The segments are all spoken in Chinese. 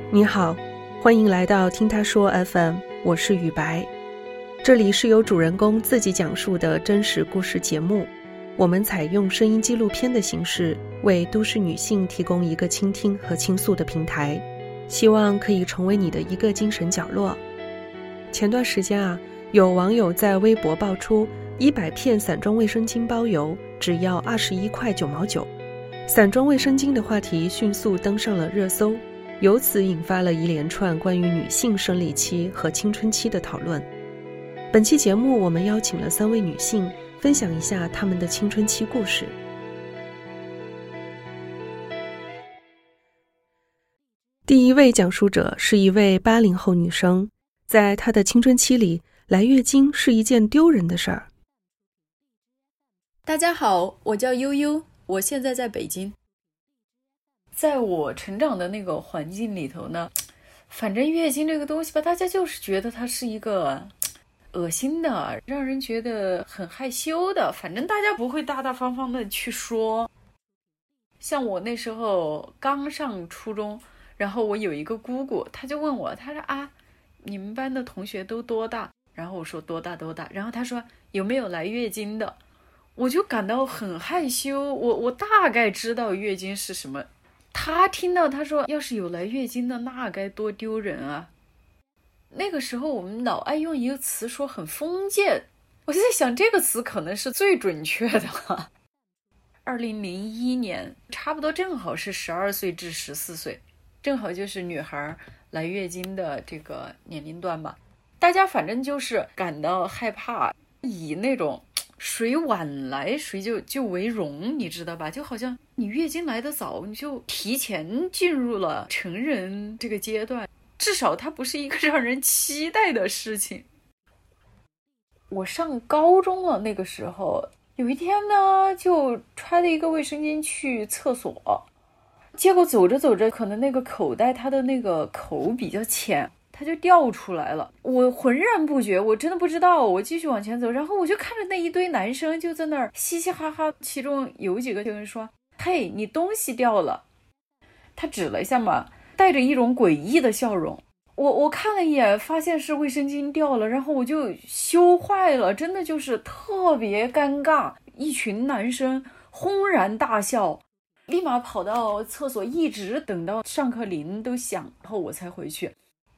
你好，欢迎来到听他说 FM， 我是雨白。这里是由主人公自己讲述的真实故事节目，我们采用声音纪录片的形式，为都市女性提供一个倾听和倾诉的平台，希望可以成为你的一个精神角落。前段时间有网友在微博爆出100片散装卫生巾包邮只要21块9毛9，散装卫生巾的话题迅速登上了热搜，由此引发了一连串关于女性生理期和青春期的讨论。本期节目我们邀请了3位女性，分享一下她们的青春期故事。第一位讲述者是一位80后女生，在她的青春期里，来月经是一件丢人的事儿。 大家好，我叫悠悠，我现在在北京。在我成长的那个环境里头呢，反正月经这个东西吧，大家就是觉得它是一个恶心的，让人觉得很害羞的，反正大家不会大大方方的去说。像我那时候刚上初中，然后我有一个姑姑，她就问我，她说你们班的同学都多大？然后我说多大，然后她说有没有来月经的？我就感到很害羞，我大概知道月经是什么。她听到她说要是有来月经的，那该多丢人啊。那个时候我们老爱用一个词说很封建，我就在想这个词可能是最准确的。2001年差不多正好是12岁至14岁，正好就是女孩来月经的这个年龄段吧。大家反正就是感到害怕，以那种谁晚来谁就为荣，你知道吧？就好像你月经来得早，你就提前进入了成人这个阶段，至少它不是一个让人期待的事情。我上高中了，那个时候有一天呢，就揣了一个卫生巾去厕所，结果走着走着，可能那个口袋它的那个口比较浅，它就掉出来了。我浑然不觉，我真的不知道，我继续往前走，然后我就看着那一堆男生就在那儿嘻嘻哈哈，其中有几个就会说，嘿，你东西掉了。他指了一下嘛，带着一种诡异的笑容。我看了一眼，发现是卫生巾掉了，然后我就羞坏了，真的就是特别尴尬。一群男生轰然大笑，立马跑到厕所，一直等到上课铃都响后我才回去。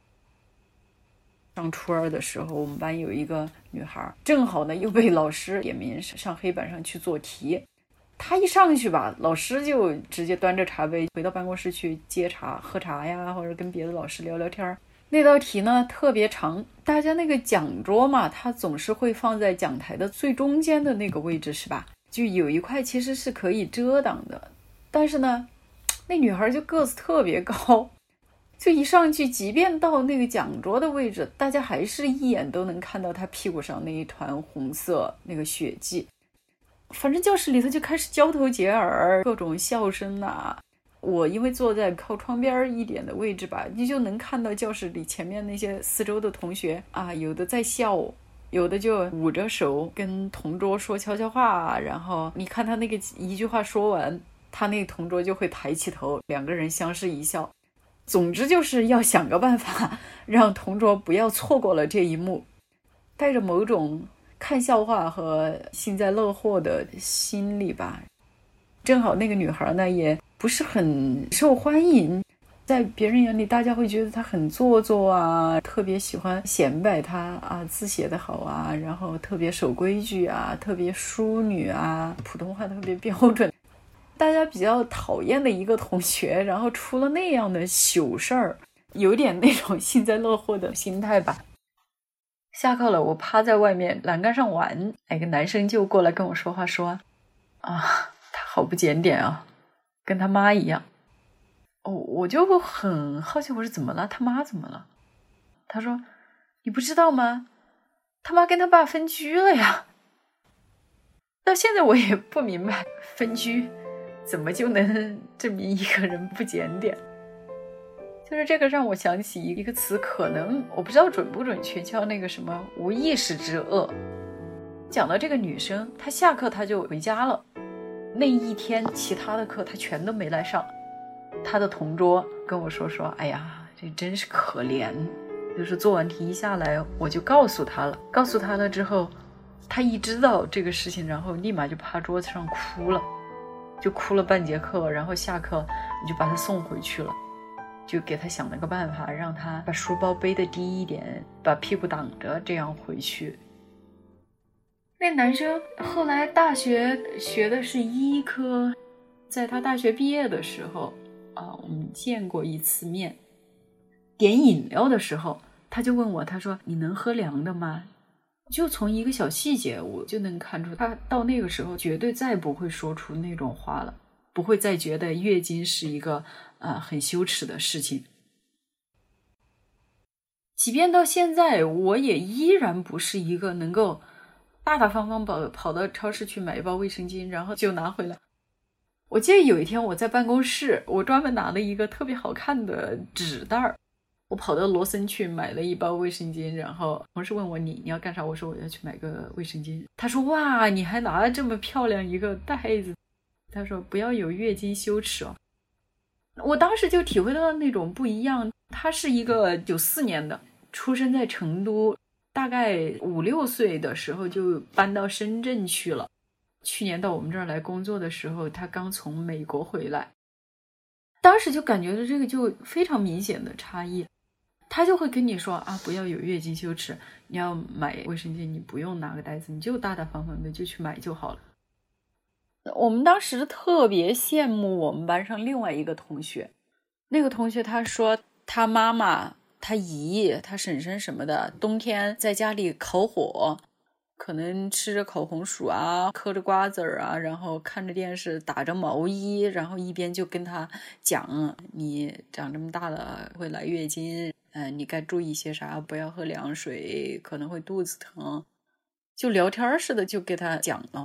上初二的时候，我们班有一个女孩，正好呢又被老师点名上黑板上去做题。她一上去吧，老师就直接端着茶杯回到办公室去接茶喝茶呀，或者跟别的老师聊聊天。那道题呢特别长，大家那个讲桌嘛，它总是会放在讲台的最中间的那个位置，是吧？就有一块其实是可以遮挡的，但是呢那女孩就个子特别高，就一上去即便到那个讲桌的位置，大家还是一眼都能看到她屁股上那一团红色那个血迹。反正教室里头就开始交头接耳，各种笑声啊。我因为坐在靠窗边一点的位置吧，你就能看到教室里前面那些四周的同学有的在笑，有的就捂着手跟同桌说悄悄话，然后你看他那个一句话说完，他那个同桌就会抬起头，两个人相视一笑。总之就是要想个办法让同桌不要错过了这一幕，带着某种看笑话和幸灾乐祸的心理吧。正好那个女孩呢也不是很受欢迎，在别人眼里大家会觉得她很做作啊，特别喜欢显摆她字写得好啊，然后特别守规矩啊，特别淑女啊，普通话特别标准，大家比较讨厌的一个同学，然后出了那样的糗事儿，有点那种幸灾乐祸的心态吧。下课了，我趴在外面栏杆上玩，一个男生就过来跟我说话，说他好不检点啊，跟他妈一样。我就很好奇，我说怎么了？他妈怎么了？他说你不知道吗？他妈跟他爸分居了呀。到现在我也不明白，分居怎么就能证明一个人不检点。就是这个让我想起一个词，可能我不知道准不准确，叫那个什么无意识之恶。讲到这个女生，她下课她就回家了，那一天其他的课她全都没来上。她的同桌跟我说，哎呀， 这真是可怜。就是做完题一下来，我就告诉他了之后，他一知道这个事情，然后立马就趴桌子上哭了，就哭了半节课，然后下课你就把他送回去了，就给他想了个办法，让他把书包背得低一点，把屁股挡着，这样回去。那男生后来大学学的是医科，在他大学毕业的时候我们见过一次面，点饮料的时候他就问我，他说你能喝凉的吗？就从一个小细节我就能看出，他到那个时候绝对再不会说出那种话了，不会再觉得月经是一个很羞耻的事情。即便到现在，我也依然不是一个能够大大方方跑到超市去买一包卫生巾，然后就拿回来。我记得有一天我在办公室，我专门拿了一个特别好看的纸袋，我跑到罗森去买了一包卫生巾，然后同事问我你要干啥，我说我要去买个卫生巾。他说哇，你还拿了这么漂亮一个袋子，他说不要有月经羞耻哦。我当时就体会到那种不一样，他是一个94年的，出生在成都，大概5、6岁的时候就搬到深圳去了。去年到我们这儿来工作的时候，他刚从美国回来，当时就感觉到这个就非常明显的差异。他就会跟你说不要有月经羞耻，你要买卫生巾你不用拿个袋子，你就大大方方的就去买就好了。我们当时特别羡慕我们班上另外一个同学，那个同学他说他妈妈他姨他婶婶什么的冬天在家里烤火，可能吃着烤红薯嗑着瓜子然后看着电视打着毛衣，然后一边就跟他讲你长这么大了会来月经，你该注意些啥，不要喝凉水，可能会肚子疼，就聊天似的就给他讲了。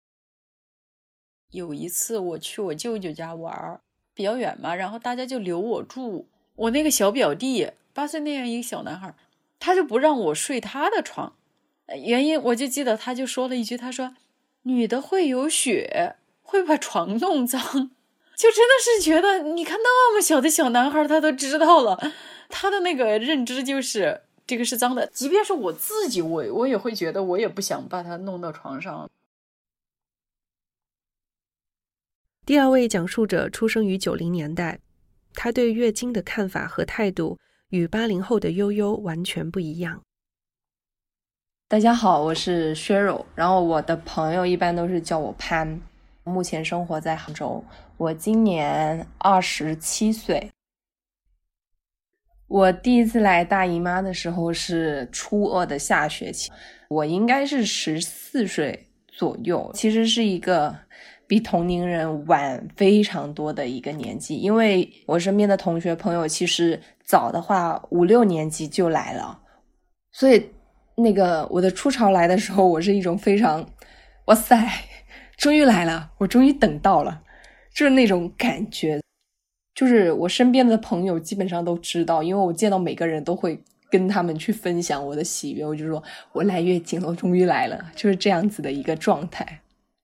有一次我去我舅舅家玩，比较远嘛，然后大家就留我住，我那个小表弟8岁那样一个小男孩，他就不让我睡他的床，原因我就记得他就说了一句，他说女的会有血，会把床弄脏，就真的是觉得你看那么小的小男孩他都知道了，他的那个认知就是这个是脏的，即便是我自己我也会觉得我也不想把它弄到床上。 第二位讲述者出生于90年代，他对月经的看法和态度与80后的悠悠完全不一样。 大家好，我是薛柔，然后我的朋友一般都是叫我潘，目前生活在杭州，我今年27岁。我第一次来大姨妈的时候是初2的下学期，我应该是14岁左右，其实是一个比同龄人晚非常多的一个年纪，因为我身边的同学朋友其实早的话5、6年级就来了，所以我的初潮来的时候，我是一种非常哇塞终于来了，我终于等到了，就是那种感觉。就是我身边的朋友基本上都知道，因为我见到每个人都会跟他们去分享我的喜悦，我就说我来月经了，我终于来了，就是这样子的一个状态。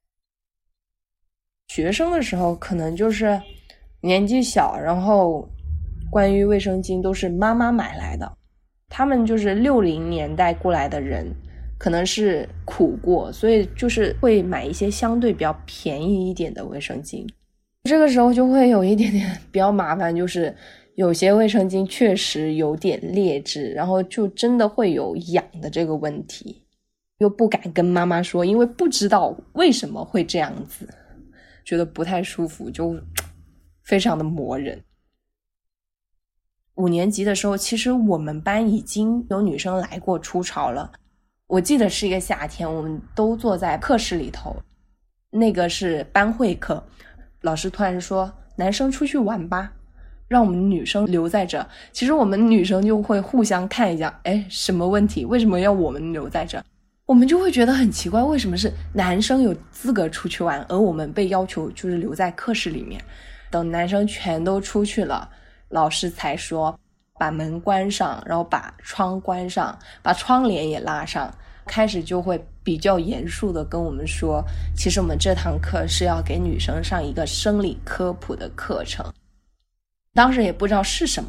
学生的时候可能就是年纪小，然后关于卫生巾都是妈妈买来的，他们就是60年代过来的人，可能是苦过，所以就是会买一些相对比较便宜一点的卫生巾。这个时候就会有一点点比较麻烦，就是有些卫生巾确实有点劣质，然后就真的会有痒的这个问题，又不敢跟妈妈说，因为不知道为什么会这样子，觉得不太舒服，就非常的磨人。5年级的时候，其实我们班已经有女生来过初潮了，我记得是一个夏天，我们都坐在课室里头，那个是班会课，老师突然说男生出去玩吧，让我们女生留在这。其实我们女生就会互相看一下，什么问题，为什么要我们留在这，我们就会觉得很奇怪，为什么是男生有资格出去玩，而我们被要求就是留在课室里面。等男生全都出去了，老师才说把门关上，然后把窗关上，把窗帘也拉上，开始就会比较严肃的跟我们说，其实我们这堂课是要给女生上一个生理科普的课程。当时也不知道是什么，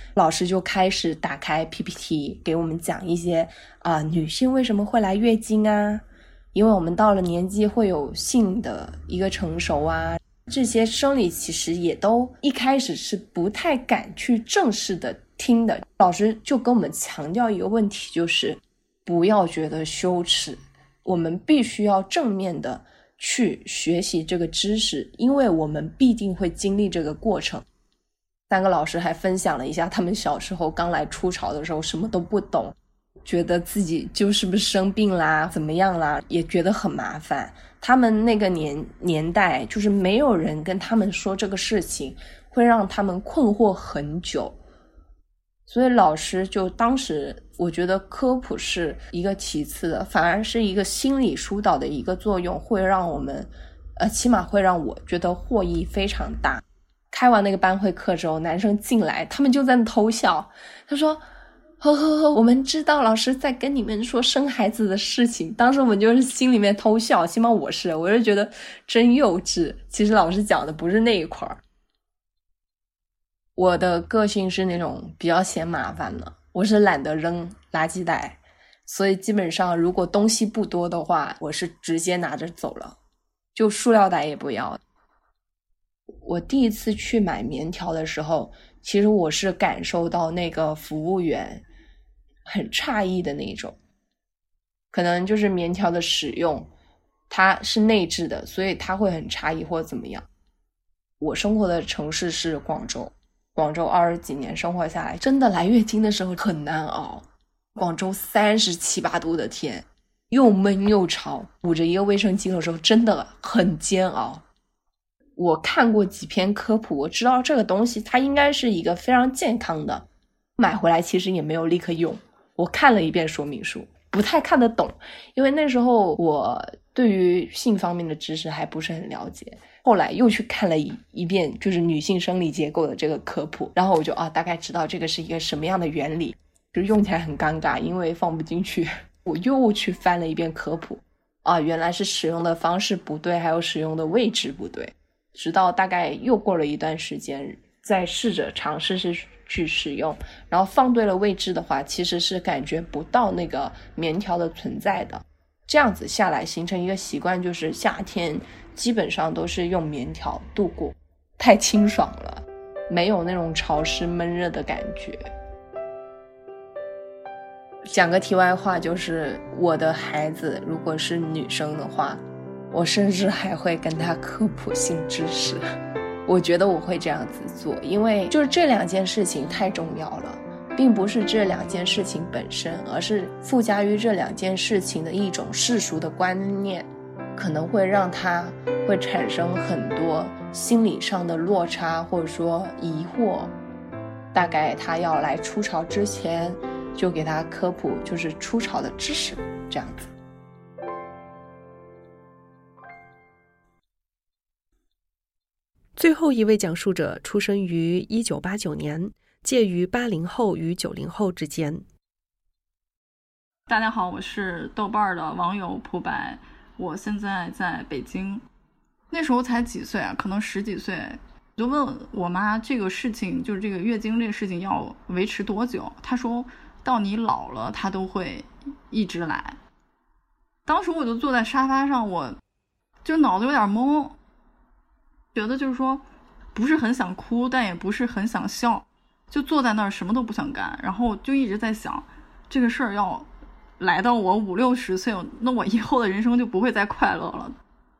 老师就开始打开 PPT 给我们讲一些女性为什么会来月经啊，因为我们到了年纪会有性的一个成熟啊，这些生理其实也都一开始是不太敢去正式的听的。老师就跟我们强调一个问题，就是不要觉得羞耻，我们必须要正面的去学习这个知识，因为我们必定会经历这个过程。3个老师还分享了一下他们小时候刚来初潮的时候什么都不懂，觉得自己就是不是生病啦怎么样啦，也觉得很麻烦。他们那个年代就是没有人跟他们说这个事情，会让他们困惑很久。所以老师就当时我觉得科普是一个其次的，反而是一个心理疏导的一个作用，会让我们起码会让我觉得获益非常大。开完那个班会课之后，男生进来他们就在那偷笑，他说呵，我们知道老师在跟你们说生孩子的事情。当时我们就是心里面偷笑，起码我是觉得真幼稚，其实老师讲的不是那一块儿。我的个性是那种比较嫌麻烦的，我是懒得扔垃圾袋，所以基本上如果东西不多的话，我是直接拿着走了，就塑料袋也不要。我第一次去买棉条的时候，其实我是感受到那个服务员很诧异的那种，可能就是棉条的使用它是内置的，所以它会很诧异或者怎么样。我生活的城市是广州20几年生活下来，真的来月经的时候很难熬。广州37、8度的天，又闷又潮，捂着一个卫生巾的时候真的很煎熬。我看过几篇科普，我知道这个东西它应该是一个非常健康的，买回来其实也没有立刻用。我看了一遍说明书，不太看得懂，因为那时候我对于性方面的知识还不是很了解。后来又去看了一遍就是女性生理结构的这个科普，然后我就大概知道这个是一个什么样的原理，就用起来很尴尬，因为放不进去。我又去翻了一遍科普，原来是使用的方式不对，还有使用的位置不对。直到大概又过了一段时间，再试着尝试去使用，然后放对了位置的话，其实是感觉不到那个棉条的存在的。这样子下来形成一个习惯，就是夏天基本上都是用棉条度过，太清爽了，没有那种潮湿闷热的感觉。讲个题外话，就是我的孩子如果是女生的话，我甚至还会跟她科普性知识。我觉得我会这样子做，因为就是这2件事情太重要了，并不是这2件事情本身，而是附加于这2件事情的一种世俗的观念，可能会让他会产生很多心理上的落差，或者说疑惑。大概他要来初潮之前就给他科普就是初潮的知识，这样子。 最后一位讲述者出生于1989年，介于80后与90后之间。 大家好，我是豆瓣的网友蒲白，我现在在北京。那时候才几岁啊，可能10几岁，就问我妈这个事情，就是这个月经这个事情要维持多久。她说到你老了她都会一直来。当时我就坐在沙发上，我就脑子有点懵，觉得就是说不是很想哭，但也不是很想笑，就坐在那儿什么都不想干，然后就一直在想这个事儿要来到我50、60岁，那我以后的人生就不会再快乐了。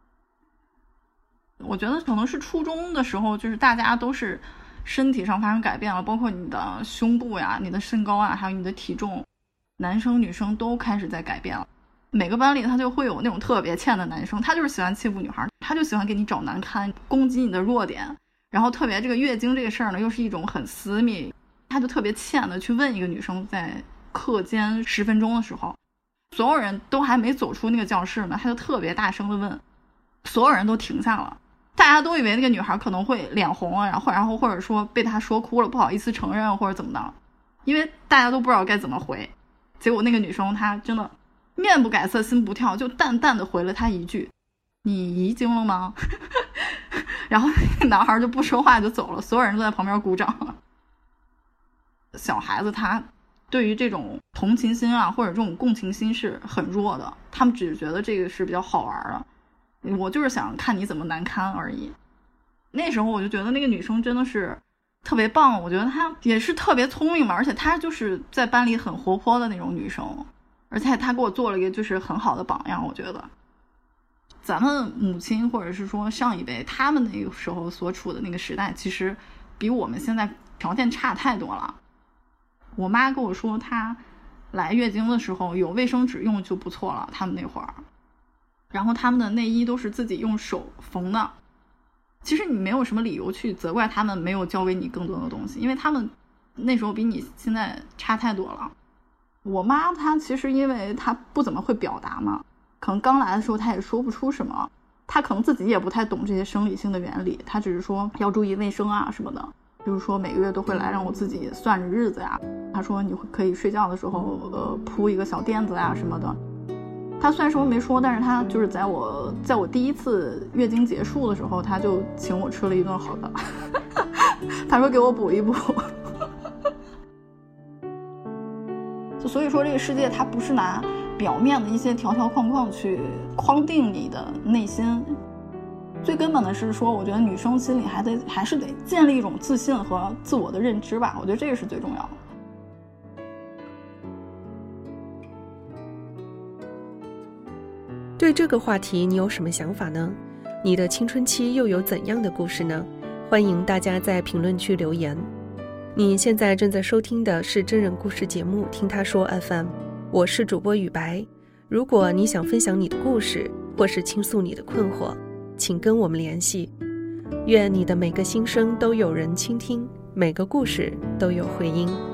我觉得可能是初中的时候，就是大家都是身体上发生改变了，包括你的胸部呀、你的身高啊，还有你的体重，男生女生都开始在改变了。每个班里他就会有那种特别欠的男生，他就是喜欢欺负女孩，他就喜欢给你找难堪，攻击你的弱点。然后特别这个月经这个事儿呢，又是一种很私密，他就特别欠的去问一个女生，在课间10分钟的时候，所有人都还没走出那个教室呢，他就特别大声的问，所有人都停下了，大家都以为那个女孩可能会脸红了，然后或者说被他说哭了，不好意思承认或者怎么的，因为大家都不知道该怎么回。结果那个女生她真的面不改色心不跳，就淡淡的回了他一句，你遗精了吗？然后男孩就不说话就走了，所有人都在旁边鼓掌。 小孩子他对于这种同情心啊或者这种共情心是很弱的，他们只是觉得这个是比较好玩的，我就是想看你怎么难堪而已。那时候我就觉得那个女生真的是特别棒，我觉得她也是特别聪明嘛，而且她就是在班里很活泼的那种女生，而且她给我做了一个就是很好的榜样。我觉得咱们母亲或者是说上一辈他们那个时候所处的那个时代其实比我们现在条件差太多了。我妈跟我说她来月经的时候有卫生纸用就不错了，他们那会儿，然后他们的内衣都是自己用手缝的。其实你没有什么理由去责怪他们没有教给你更多的东西，因为他们那时候比你现在差太多了。我妈她其实因为她不怎么会表达嘛，可能刚来的时候她也说不出什么，她可能自己也不太懂这些生理性的原理，她只是说要注意卫生啊什么的，就是说每个月都会来让我自己算着日子呀，她说你可以睡觉的时候铺一个小垫子呀什么的。他虽然什么没说，但是他就是在我第一次月经结束的时候，他就请我吃了一顿好的他说给我补一补所以说这个世界它不是拿表面的一些条条框框去框定你的内心，最根本的是说我觉得女生心里还是得建立一种自信和自我的认知吧，我觉得这个是最重要的。 对这个话题你有什么想法呢？你的青春期又有怎样的故事呢？欢迎大家在评论区留言。你现在正在收听的是真人故事节目《听他说 FM》，我是主播雨白。如果你想分享你的故事，或是倾诉你的困惑，请跟我们联系。愿你的每个心声都有人倾听，每个故事都有回音。